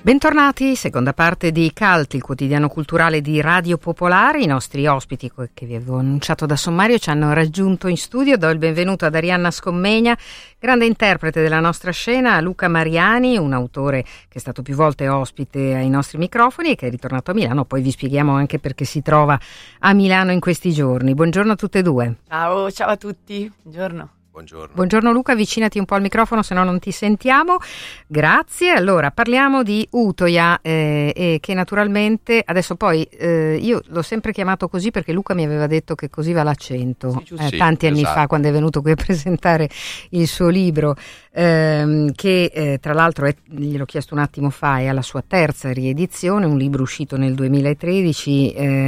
Bentornati, seconda parte di Cult, il quotidiano culturale di Radio Popolare. I nostri ospiti, che vi avevo annunciato da sommario, ci hanno raggiunto in studio. Do il benvenuto ad Arianna Scommegna, grande interprete della nostra scena, a Luca Mariani, un autore che è stato più volte ospite ai nostri microfoni e che è ritornato a Milano. Poi vi spieghiamo anche perché si trova a Milano in questi giorni. Buongiorno a tutte e due. Ciao a tutti, buongiorno. Buongiorno Luca, avvicinati un po' al microfono, se no non ti sentiamo. Grazie. Allora, parliamo di Utoya, che naturalmente adesso poi io l'ho sempre chiamato così perché Luca mi aveva detto che così va l'accento, tanti anni fa, quando è venuto qui a presentare il suo libro, che tra l'altro gliel'ho chiesto un attimo fa, è alla sua terza riedizione, un libro uscito nel 2013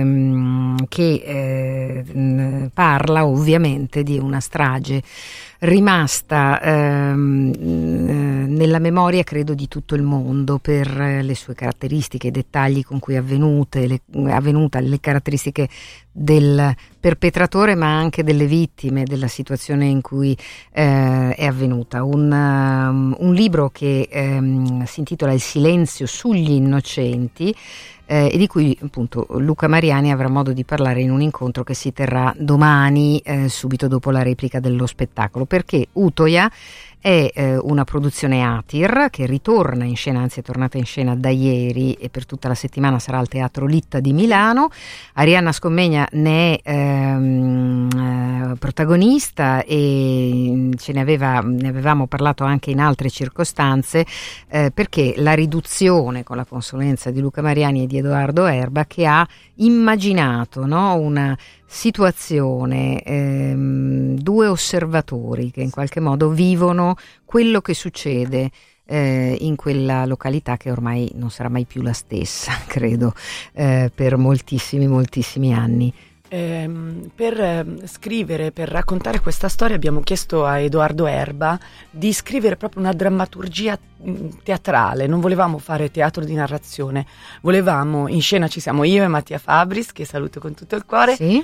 che parla ovviamente di una strage rimasta nella memoria, credo, di tutto il mondo per le sue caratteristiche, i dettagli con cui è avvenuta, le caratteristiche del perpetratore ma anche delle vittime, della situazione in cui è avvenuta. Un libro che si intitola Il silenzio sugli innocenti, e di cui appunto Luca Mariani avrà modo di parlare in un incontro che si terrà domani, subito dopo la replica dello spettacolo, perché Utoya è una produzione Atir che ritorna in scena, anzi è tornata in scena da ieri e per tutta la settimana sarà al Teatro Litta di Milano. Arianna Scommegna ne è protagonista e ne avevamo parlato anche in altre circostanze, perché la riduzione, con la consulenza di Luca Mariani e di Edoardo Erba, che ha immaginato, no, una situazione, due osservatori che in qualche modo vivono quello che succede in quella località che ormai non sarà mai più la stessa, credo, per moltissimi anni. Per scrivere, per raccontare questa storia abbiamo chiesto a Edoardo Erba di scrivere proprio una drammaturgia teatrale. Non volevamo fare teatro di narrazione, volevamo, in scena ci siamo io e Mattia Fabris, che saluto con tutto il cuore, sì.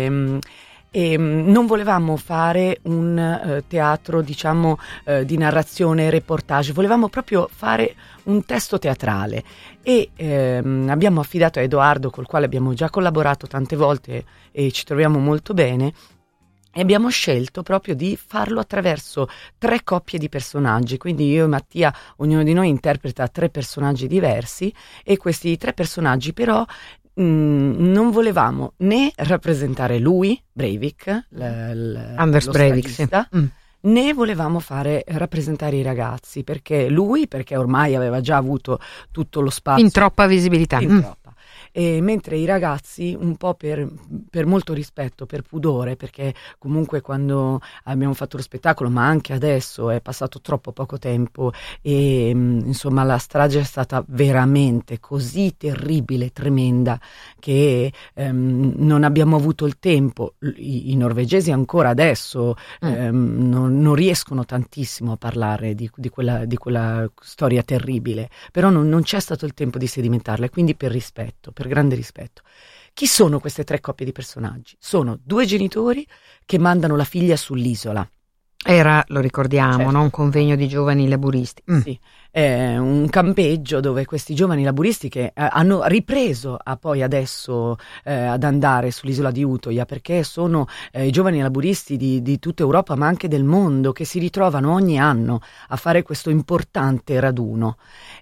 E non volevamo fare un teatro, diciamo, di narrazione, reportage, volevamo proprio fare un testo teatrale e abbiamo affidato a Edoardo, col quale abbiamo già collaborato tante volte e ci troviamo molto bene, e abbiamo scelto proprio di farlo attraverso 3 coppie di personaggi, quindi io e Mattia, ognuno di noi interpreta 3 personaggi diversi, e questi 3 personaggi però non volevamo né rappresentare lui, Breivik, Anders Breivik, sì. Né volevamo fare rappresentare i ragazzi, perché ormai aveva già avuto tutto lo spazio, in troppa visibilità, e mentre i ragazzi, un po' per molto rispetto, per pudore, perché comunque quando abbiamo fatto lo spettacolo, ma anche adesso, è passato troppo poco tempo e insomma la strage è stata veramente così terribile, tremenda, che non abbiamo avuto il tempo. I norvegesi ancora adesso non riescono tantissimo a parlare di quella storia terribile, però non c'è stato il tempo di sedimentarla, e quindi per grande rispetto. Chi sono queste 3 coppie di personaggi? Sono 2 genitori che mandano la figlia sull'isola. Era, lo ricordiamo, certo, no? Un convegno di giovani laburisti. Sì, un campeggio dove questi giovani laburisti che hanno ripreso poi adesso ad andare sull'isola di Utoya, perché sono i giovani laburisti di tutta Europa ma anche del mondo, che si ritrovano ogni anno a fare questo importante raduno.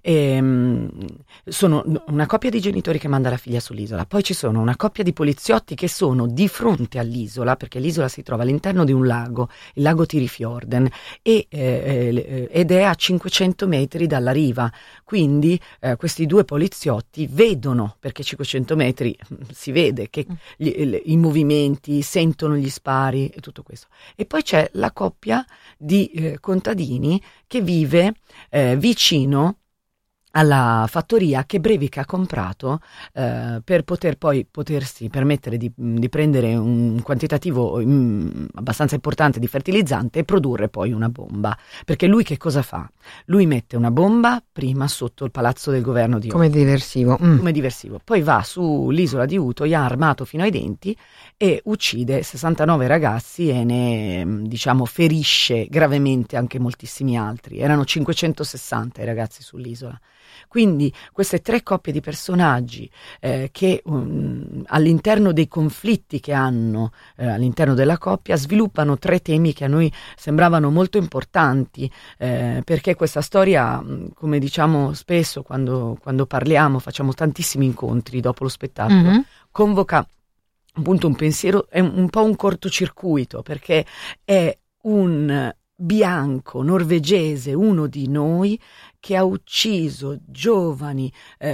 Sono una coppia di genitori che manda la figlia sull'isola, poi ci sono una coppia di poliziotti che sono di fronte all'isola, perché l'isola si trova all'interno di un lago, il lago Tirifjorden, ed è a 500 metri dalla riva, quindi questi 2 poliziotti vedono, perché 500 metri si vede che i movimenti, sentono gli spari e tutto questo. E poi c'è la coppia di contadini che vive vicino alla fattoria che Breivik ha comprato per potersi permettere di prendere un quantitativo abbastanza importante di fertilizzante e produrre poi una bomba. Perché lui che cosa fa? Lui mette una bomba prima sotto il palazzo del governo di come diversivo. Come diversivo. Poi va sull'isola di Utoya armato fino ai denti e uccide 69 ragazzi e ne, diciamo, ferisce gravemente anche moltissimi altri. Erano 560 i ragazzi sull'isola. Quindi queste 3 coppie di personaggi che all'interno dei conflitti che hanno all'interno della coppia sviluppano 3 temi che a noi sembravano molto importanti, perché questa storia, come diciamo spesso quando parliamo, facciamo tantissimi incontri dopo lo spettacolo, convoca appunto un pensiero, è un po' un cortocircuito, perché è un bianco norvegese, uno di noi, che ha ucciso giovani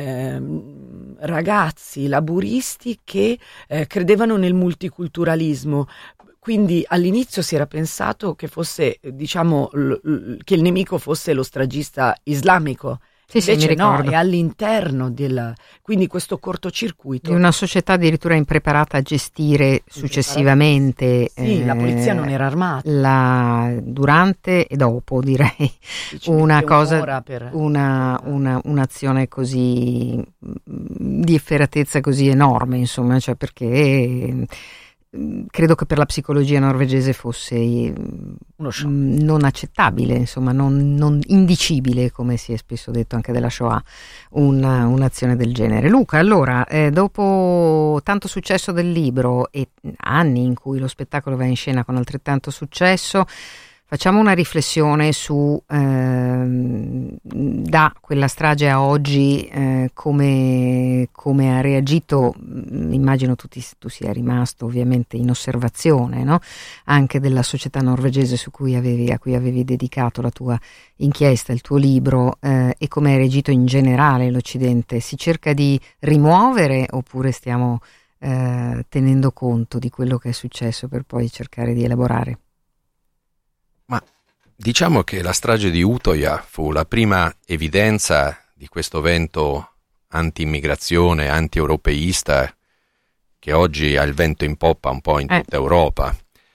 ragazzi laburisti che credevano nel multiculturalismo. Quindi all'inizio si era pensato che fosse, diciamo, che il nemico fosse lo stragista islamico. Sì, invece no, è all'interno quindi questo cortocircuito di una società addirittura impreparata a gestire successivamente. Sì, la polizia non era armata durante e dopo, direi, un'azione così di efferatezza così enorme, insomma, cioè perché credo che per la psicologia norvegese fosse non accettabile, insomma, non indicibile, come si è spesso detto anche della Shoah, un'azione del genere. Luca, allora, dopo tanto successo del libro e anni in cui lo spettacolo va in scena con altrettanto successo, facciamo una riflessione su da quella strage a oggi come ha reagito. Immagino tu sia rimasto ovviamente in osservazione, no? Anche della società norvegese a cui avevi dedicato la tua inchiesta, il tuo libro, e come ha reagito in generale l'Occidente. Si cerca di rimuovere oppure stiamo tenendo conto di quello che è successo per poi cercare di elaborare? Ma diciamo che la strage di Utoya fu la prima evidenza di questo vento anti-immigrazione, anti-europeista che oggi ha il vento in poppa un po' in tutta Europa.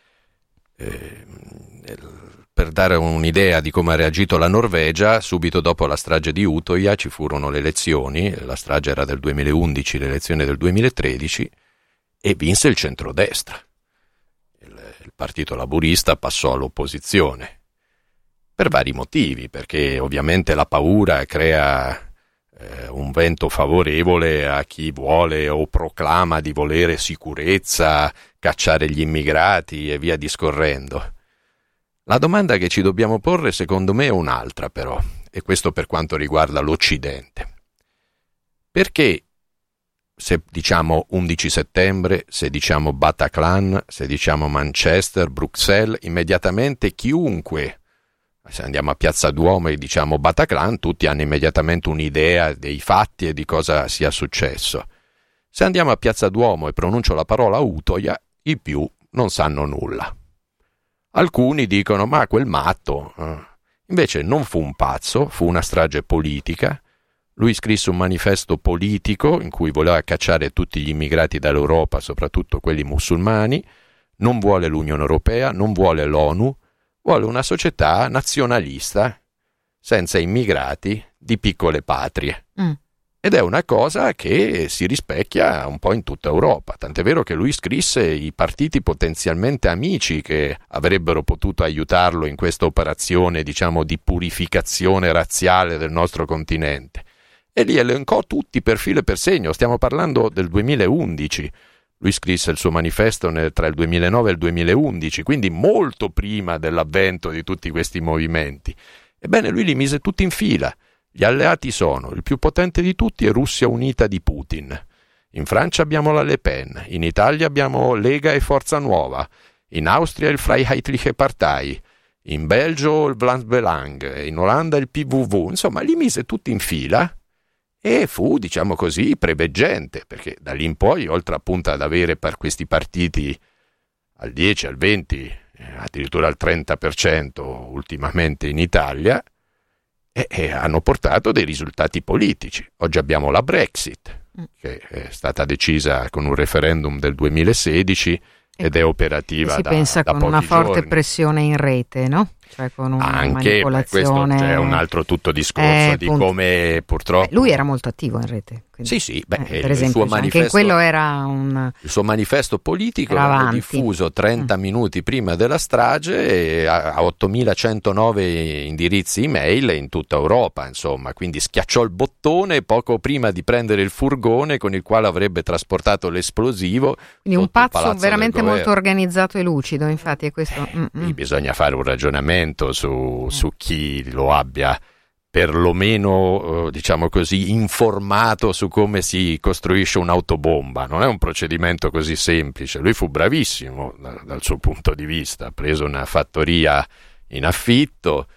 Per dare un'idea di come ha reagito la Norvegia, subito dopo la strage di Utoya ci furono le elezioni, la strage era del 2011, le elezioni del 2013, e vinse il centrodestra. Il partito laburista passò all'opposizione per vari motivi, perché ovviamente la paura crea un vento favorevole a chi vuole o proclama di volere sicurezza, cacciare gli immigrati e via discorrendo. La domanda che ci dobbiamo porre secondo me è un'altra però, e questo per quanto riguarda l'Occidente. Perché se diciamo 11 settembre, se diciamo Bataclan, se diciamo Manchester, Bruxelles, immediatamente chiunque, se andiamo a Piazza Duomo e diciamo Bataclan, tutti hanno immediatamente un'idea dei fatti e di cosa sia successo. Se andiamo a Piazza Duomo e pronuncio la parola Utoya, i più non sanno nulla. Alcuni dicono, ma quel matto. Invece non fu un pazzo, fu una strage politica. Lui scrisse un manifesto politico in cui voleva cacciare tutti gli immigrati dall'Europa, soprattutto quelli musulmani. Non vuole l'Unione Europea, non vuole l'ONU, vuole una società nazionalista, senza immigrati, di piccole patrie. Ed è una cosa che si rispecchia un po' in tutta Europa, tant'è vero che lui scrisse i partiti potenzialmente amici che avrebbero potuto aiutarlo in questa operazione, diciamo, di purificazione razziale del nostro continente. E li elencò tutti per filo e per segno. Stiamo parlando del 2011. Lui scrisse il suo manifesto tra il 2009 e il 2011, quindi molto prima dell'avvento di tutti questi movimenti. Ebbene, lui li mise tutti in fila. Gli alleati sono, il più potente di tutti è Russia Unita di Putin. In Francia abbiamo la Le Pen, in Italia abbiamo Lega e Forza Nuova, in Austria il Freiheitliche Partei, in Belgio il Vlaams Belang, in Olanda il PVV. Insomma, li mise tutti in fila e fu, diciamo così, preveggente, perché da lì in poi, oltre appunto ad avere per questi partiti al 10, al 20, addirittura al 30% ultimamente in Italia, e hanno portato dei risultati politici. Oggi abbiamo la Brexit, che è stata decisa con un referendum del 2016 ed è operativa da pochi giorni. Si pensa con una forte pressione in rete, no? cioè con una anche manipolazione. questo è un altro tutto discorso di come purtroppo lui era molto attivo in rete, quindi, per esempio, il suo anche in quello era il suo manifesto politico era diffuso 30 minuti prima della strage a 8109 indirizzi email in tutta Europa, insomma, quindi schiacciò il bottone poco prima di prendere il furgone con il quale avrebbe trasportato l'esplosivo. Quindi un pazzo veramente molto organizzato e lucido, infatti è questo. Bisogna fare un ragionamento su chi lo abbia perlomeno, diciamo così, informato su come si costruisce un'autobomba. Non è un procedimento così semplice. Lui fu bravissimo dal suo punto di vista, ha preso una fattoria in affitto,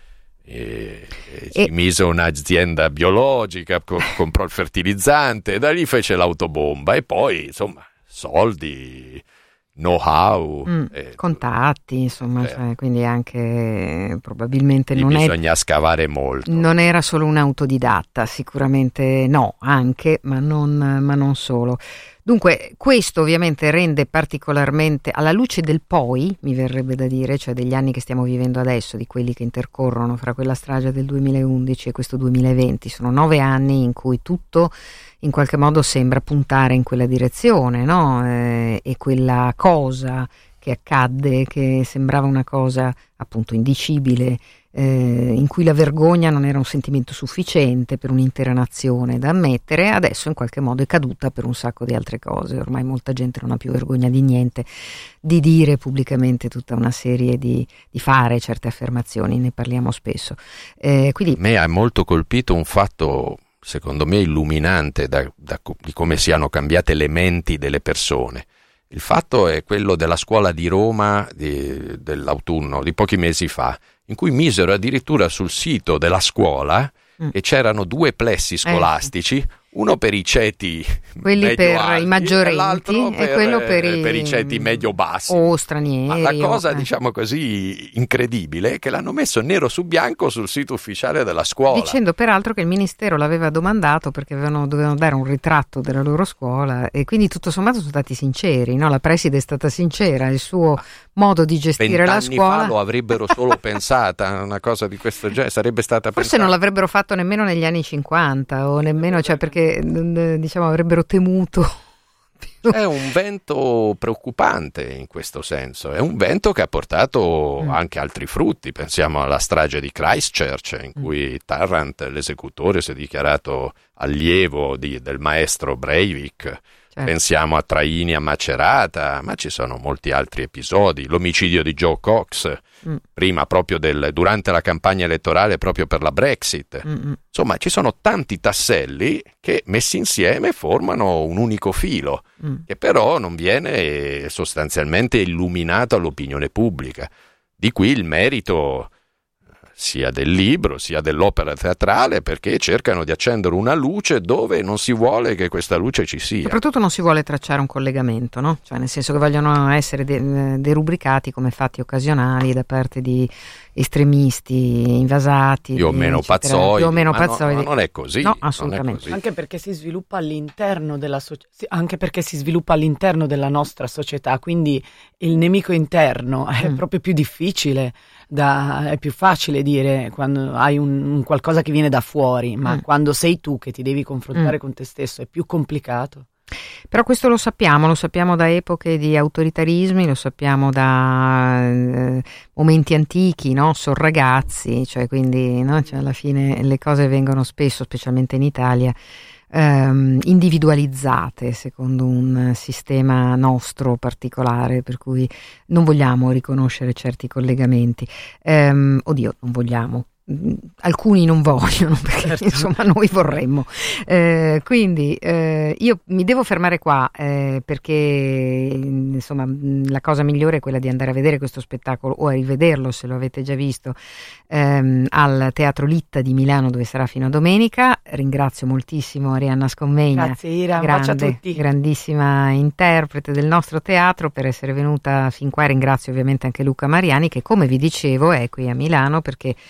ci mise un'azienda biologica, comprò il fertilizzante e da lì fece l'autobomba e poi, insomma, soldi, know-how, contatti, insomma, cioè, quindi anche probabilmente bisogna scavare molto. Non era solo un autodidatta, sicuramente no, anche, ma non solo. Dunque, questo ovviamente rende particolarmente, alla luce del poi, mi verrebbe da dire, cioè degli anni che stiamo vivendo adesso, di quelli che intercorrono fra quella strage del 2011 e questo 2020, sono 9 anni in cui tutto in qualche modo sembra puntare in quella direzione, no? E quella cosa che accadde, che sembrava una cosa appunto indicibile, in cui la vergogna non era un sentimento sufficiente per un'intera nazione da ammettere, adesso in qualche modo è caduta per un sacco di altre cose. Ormai molta gente non ha più vergogna di niente, di dire pubblicamente tutta una serie di fare certe affermazioni, ne parliamo spesso. Quindi me ha molto colpito un fatto, secondo me illuminante, di come siano cambiate le menti delle persone. Il fatto è quello della scuola di Roma dell'autunno, di pochi mesi fa, in cui misero addirittura sul sito della scuola che c'erano 2 plessi scolastici, uno per i ceti quelli per alti, i maggiorenti e quello per i ceti medio-bassi o stranieri. Ma la cosa, diciamo così, incredibile è che l'hanno messo nero su bianco sul sito ufficiale della scuola. Dicendo peraltro che il ministero l'aveva domandato perché dovevano dare un ritratto della loro scuola e quindi tutto sommato sono stati sinceri, no? La preside è stata sincera, il suo modo di gestire la scuola. 20 anni fa lo avrebbero solo pensata, una cosa di questo genere sarebbe stata forse pensata. Non l'avrebbero fatto nemmeno negli anni 50 o nemmeno, cioè perché diciamo avrebbero temuto. È un vento preoccupante in questo senso, è un vento che ha portato anche altri frutti. Pensiamo alla strage di Christchurch, in cui Tarrant, l'esecutore, si è dichiarato allievo del maestro Breivik. Pensiamo a Traini, a Macerata, ma ci sono molti altri episodi. L'omicidio di Joe Cox, prima proprio durante la campagna elettorale proprio per la Brexit. Insomma, ci sono tanti tasselli che messi insieme formano un unico filo, che però non viene sostanzialmente illuminato all'opinione pubblica. Di qui il merito sia del libro sia dell'opera teatrale, perché cercano di accendere una luce dove non si vuole che questa luce ci sia. Soprattutto non si vuole tracciare un collegamento, no? Cioè nel senso che vogliono essere derubricati come fatti occasionali da parte di estremisti invasati, più o meno pazzoidi, pazzoidi. No, non è così. No, assolutamente. Non è così. Anche perché si sviluppa all'interno della nostra società, quindi il nemico interno è proprio più difficile, è più facile dire quando hai un qualcosa che viene da fuori, ma quando sei tu che ti devi confrontare con te stesso è più complicato. Però questo lo sappiamo da epoche di autoritarismi, lo sappiamo da momenti antichi, no? Sono ragazzi, cioè quindi no? Cioè alla fine le cose vengono spesso, specialmente in Italia, individualizzate secondo un sistema nostro particolare, per cui non vogliamo riconoscere certi collegamenti. Non vogliamo. Alcuni non vogliono, perché certo. Insomma noi vorremmo, quindi io mi devo fermare qua, perché insomma la cosa migliore è quella di andare a vedere questo spettacolo o a rivederlo se lo avete già visto al Teatro Litta di Milano, dove sarà fino a domenica. Ringrazio moltissimo Arianna Scommegna, grazie Ira, bacio a tutti, grandissima interprete del nostro teatro, per essere venuta fin qua. Ringrazio ovviamente anche Luca Mariani, che come vi dicevo è qui a Milano perché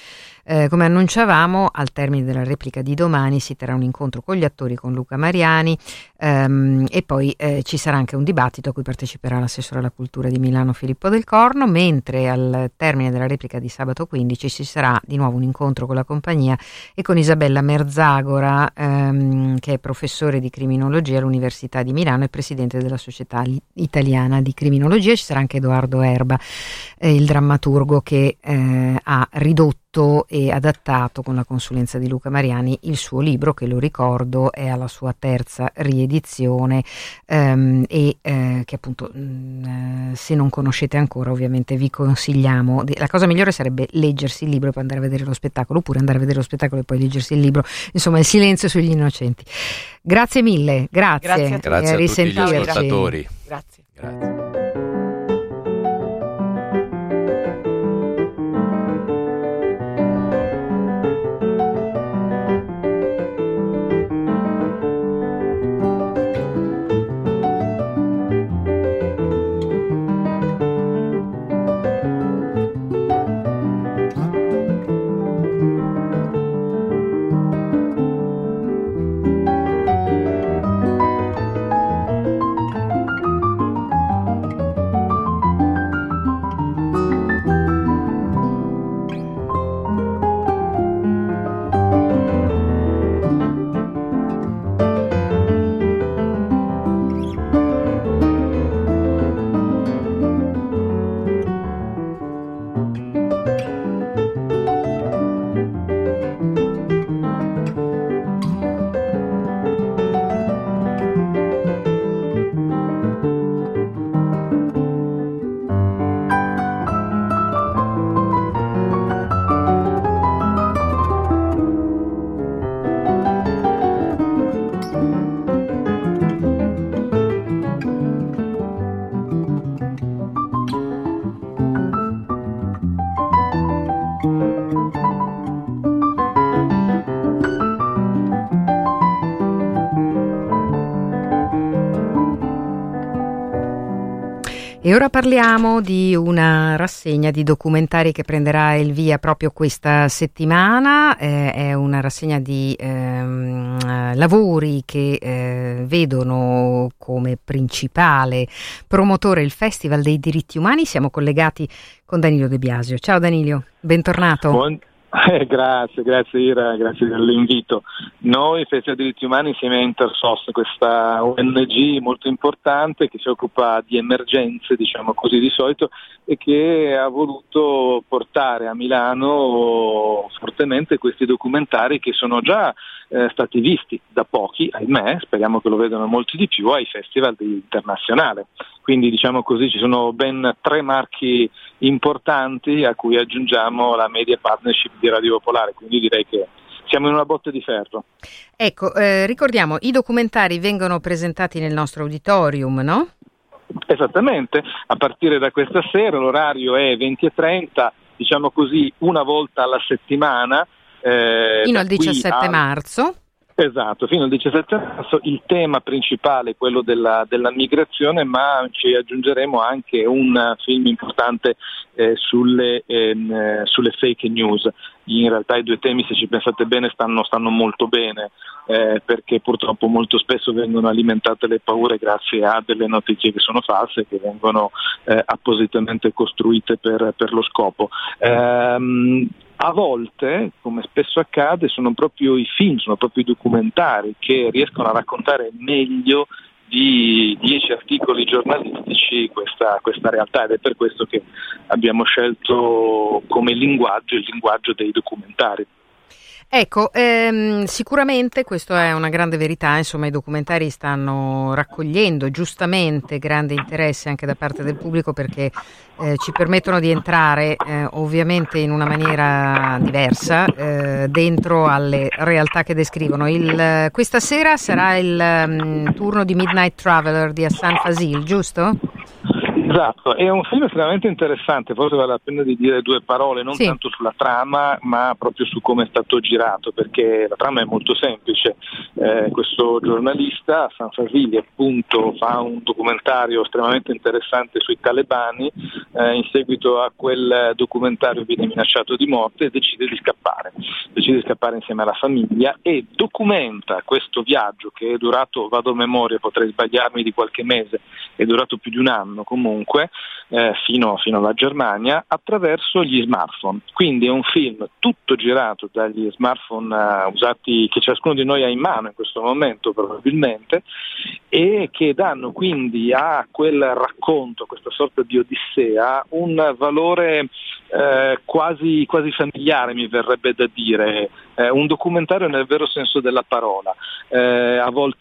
Come annunciavamo, al termine della replica di domani si terrà un incontro con gli attori, con Luca Mariani, e poi ci sarà anche un dibattito a cui parteciperà l'assessore alla cultura di Milano Filippo Del Corno, mentre al termine della replica di sabato 15 ci sarà di nuovo un incontro con la compagnia e con Isabella Merzagora, che è professore di criminologia all'Università di Milano e presidente della Società Italiana di Criminologia. Ci sarà anche Edoardo Erba, il drammaturgo che ha ridotto e adattato con la consulenza di Luca Mariani il suo libro, che lo ricordo è alla sua terza riedizione, e che appunto se non conoscete ancora ovviamente vi consigliamo. La cosa migliore sarebbe leggersi il libro e poi andare a vedere lo spettacolo, oppure andare a vedere lo spettacolo e poi leggersi il libro, insomma il silenzio sugli innocenti. Grazie mille, grazie a tutti gli ascoltatori. Grazie. E ora parliamo di una rassegna di documentari che prenderà il via proprio questa settimana. È una rassegna di lavori che vedono come principale promotore il Festival dei diritti umani. Siamo collegati con Danilo De Biasio. Ciao Danilo, bentornato. Grazie Ira, grazie dell'invito. Noi Festival dei diritti umani insieme a Intersos, questa ONG molto importante che si occupa di emergenze, diciamo così di solito, e che ha voluto portare a Milano fortemente questi documentari che sono già stati visti da pochi, ahimè, speriamo che lo vedano molti di più, ai festival internazionali. Quindi diciamo così ci sono ben 3 marchi importanti a cui aggiungiamo la media partnership di Radio Popolare, quindi direi che siamo in una botte di ferro. Ecco, ricordiamo, i documentari vengono presentati nel nostro auditorium, no? Esattamente, a partire da questa sera l'orario è 20:30, diciamo così una volta alla settimana. Fino al 17 marzo. Esatto, fino al 17 marzo il tema principale è quello della migrazione, ma ci aggiungeremo anche un film importante sulle fake news. In realtà i 2 temi, se ci pensate bene, stanno molto bene, perché purtroppo molto spesso vengono alimentate le paure grazie a delle notizie che sono false, che vengono appositamente costruite per lo scopo. A volte, come spesso accade, sono proprio i film, sono proprio i documentari che riescono a raccontare meglio di 10 articoli giornalistici questa realtà, ed è per questo che abbiamo scelto come linguaggio il linguaggio dei documentari. Ecco, sicuramente questo è una grande verità, insomma i documentari stanno raccogliendo giustamente grande interesse anche da parte del pubblico, perché ci permettono di entrare ovviamente in una maniera diversa dentro alle realtà che descrivono. Questa sera sarà il turno di Midnight Traveler di Hassan Fasil, giusto? Esatto, è un film estremamente interessante, forse vale la pena di dire due parole, non sì. tanto sulla trama, ma proprio su come è stato girato, perché la trama è molto semplice. Questo giornalista, Fanfasili, appunto, fa un documentario estremamente interessante sui talebani, in seguito a quel documentario viene minacciato di morte e decide di scappare insieme alla famiglia e documenta questo viaggio che è durato, vado a memoria, potrei sbagliarmi di qualche mese, è durato più di un anno comunque, fino alla Germania, attraverso gli smartphone. Quindi è un film tutto girato dagli smartphone usati, che ciascuno di noi ha in mano in questo momento probabilmente, e che danno quindi a quel racconto, questa sorta di odissea, un valore quasi familiare, mi verrebbe da dire, un documentario nel vero senso della parola. A volte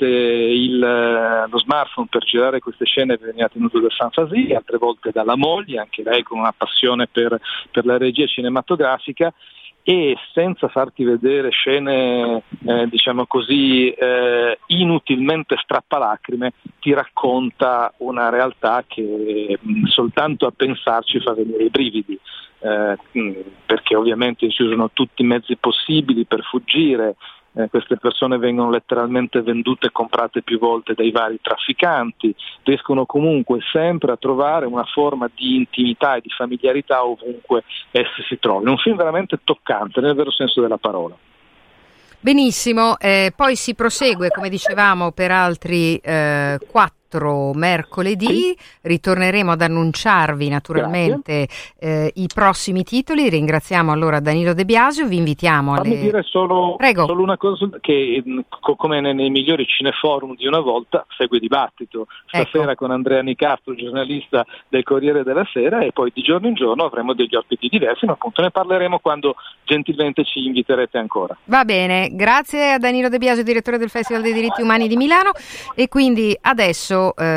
lo smartphone per girare queste scene veniva tenuto da Fanfasili, altre volte dalla moglie, anche lei con una passione per la regia cinematografica, e senza farti vedere scene diciamo così inutilmente strappalacrime, ti racconta una realtà che soltanto a pensarci fa venire i brividi, perché ovviamente si usano tutti i mezzi possibili per fuggire. Queste persone vengono letteralmente vendute e comprate più volte dai vari trafficanti, riescono comunque sempre a trovare una forma di intimità e di familiarità ovunque essi si trovino. È un film veramente toccante nel vero senso della parola. Benissimo, poi si prosegue, come dicevamo, per altri 4 mercoledì. Ritorneremo ad annunciarvi naturalmente i prossimi titoli. Ringraziamo allora Danilo De Biasio, vi invitiamo Fammi dire solo una cosa, che come nei migliori cineforum di una volta segue dibattito stasera con Andrea Nicastro, giornalista del Corriere della Sera, e poi di giorno in giorno avremo degli ospiti diversi, ma appunto ne parleremo quando gentilmente ci inviterete ancora. Va bene, grazie a Danilo De Biasio, direttore del Festival dei Diritti Umani di Milano, e quindi adesso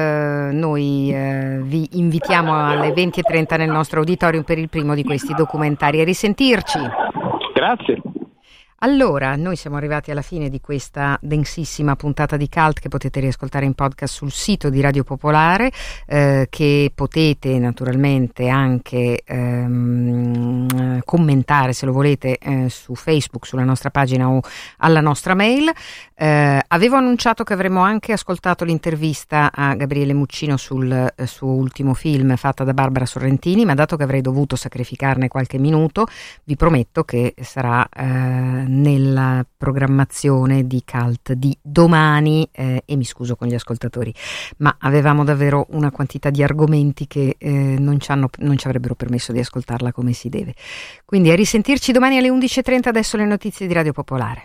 noi vi invitiamo alle 20:30 nel nostro auditorium per il primo di questi documentari. A risentirci. Grazie. Allora, noi siamo arrivati alla fine di questa densissima puntata di Cult che potete riascoltare in podcast sul sito di Radio Popolare, che potete naturalmente anche commentare se lo volete su Facebook, sulla nostra pagina o alla nostra mail. Avevo annunciato che avremmo anche ascoltato l'intervista a Gabriele Muccino sul suo ultimo film fatta da Barbara Sorrentini, ma dato che avrei dovuto sacrificarne qualche minuto, vi prometto che sarà nella programmazione di Cult di domani, e mi scuso con gli ascoltatori, ma avevamo davvero una quantità di argomenti che non ci avrebbero permesso di ascoltarla come si deve. Quindi a risentirci domani alle 11:30, adesso le notizie di Radio Popolare.